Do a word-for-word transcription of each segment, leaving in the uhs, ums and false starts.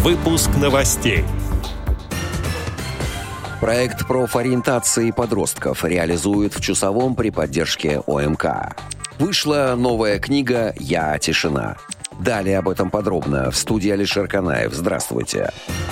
Выпуск новостей. Проект профориентации подростков реализуют в Чусовом при поддержке О Эм Ка. Вышла новая книга «Я – тишина». Далее об этом подробно в студии Алишер Канаев. Здравствуйте.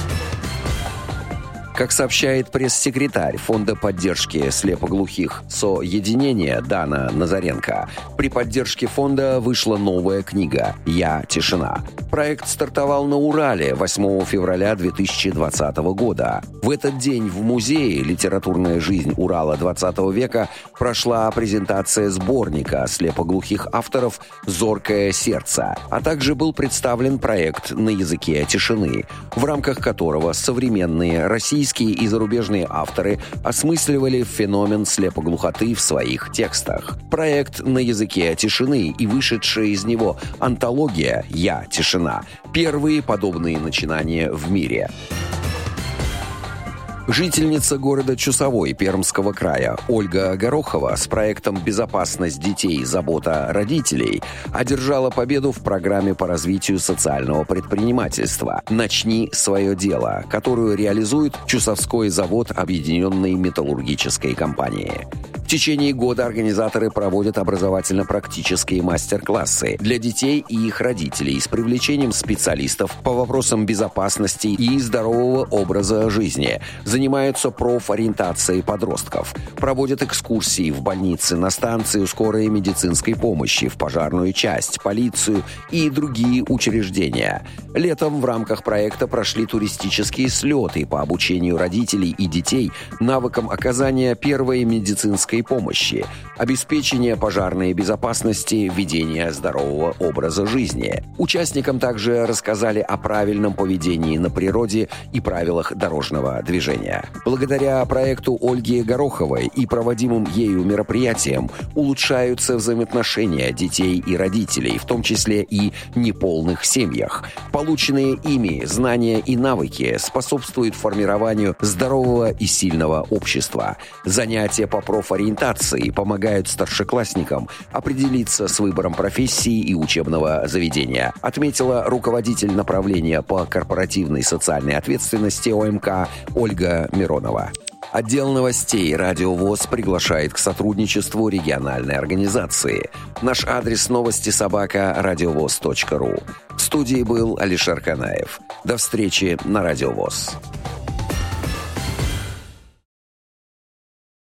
Как сообщает пресс-секретарь Фонда поддержки слепоглухих «Соединение» Дана Назаренко, при поддержке фонда вышла новая книга «Я – тишина». Проект стартовал на Урале восьмого февраля две тысячи двадцатого года. В этот день в музее «Литературная жизнь Урала двадцатого века» прошла презентация сборника слепоглухих авторов «Зоркое сердце», а также был представлен проект «На языке тишины», в рамках которого современные российские и зарубежные авторы осмысливали феномен слепоглухоты в своих текстах. Проект «На языке тишины» и вышедшая из него антология «Я – тишина» – первые подобные начинания в мире. Жительница города Чусовой Пермского края Ольга Горохова с проектом «Безопасность детей. Забота родителей» одержала победу в программе по развитию социального предпринимательства «Начни свое дело», которую реализует Чусовской завод Объединенной металлургической компании. В течение года организаторы проводят образовательно-практические мастер-классы для детей и их родителей с привлечением специалистов по вопросам безопасности и здорового образа жизни, занимаются профориентацией подростков, проводят экскурсии в больницы, на станции скорой медицинской помощи, в пожарную часть, полицию и другие учреждения. Летом в рамках проекта прошли туристические слеты по обучению родителей и детей навыкам оказания первой медицинской помощи, обеспечения пожарной безопасности, ведения здорового образа жизни. Участникам также рассказали о правильном поведении на природе и правилах дорожного движения. Благодаря проекту Ольги Гороховой и проводимым ею мероприятиям улучшаются взаимоотношения детей и родителей, в том числе и неполных семьях. Полученные ими знания и навыки способствуют формированию здорового и сильного общества. Занятия по профориентации помогают старшеклассникам определиться с выбором профессии и учебного заведения, отметила руководитель направления по корпоративной социальной ответственности О Эм Ка Ольга Миронова. Отдел новостей «Радио ВОС» приглашает к сотрудничеству региональной организации. Наш адрес новости собака радиовоз точка ру. В студии был Алишер Канаев. До встречи на Радио ВОС.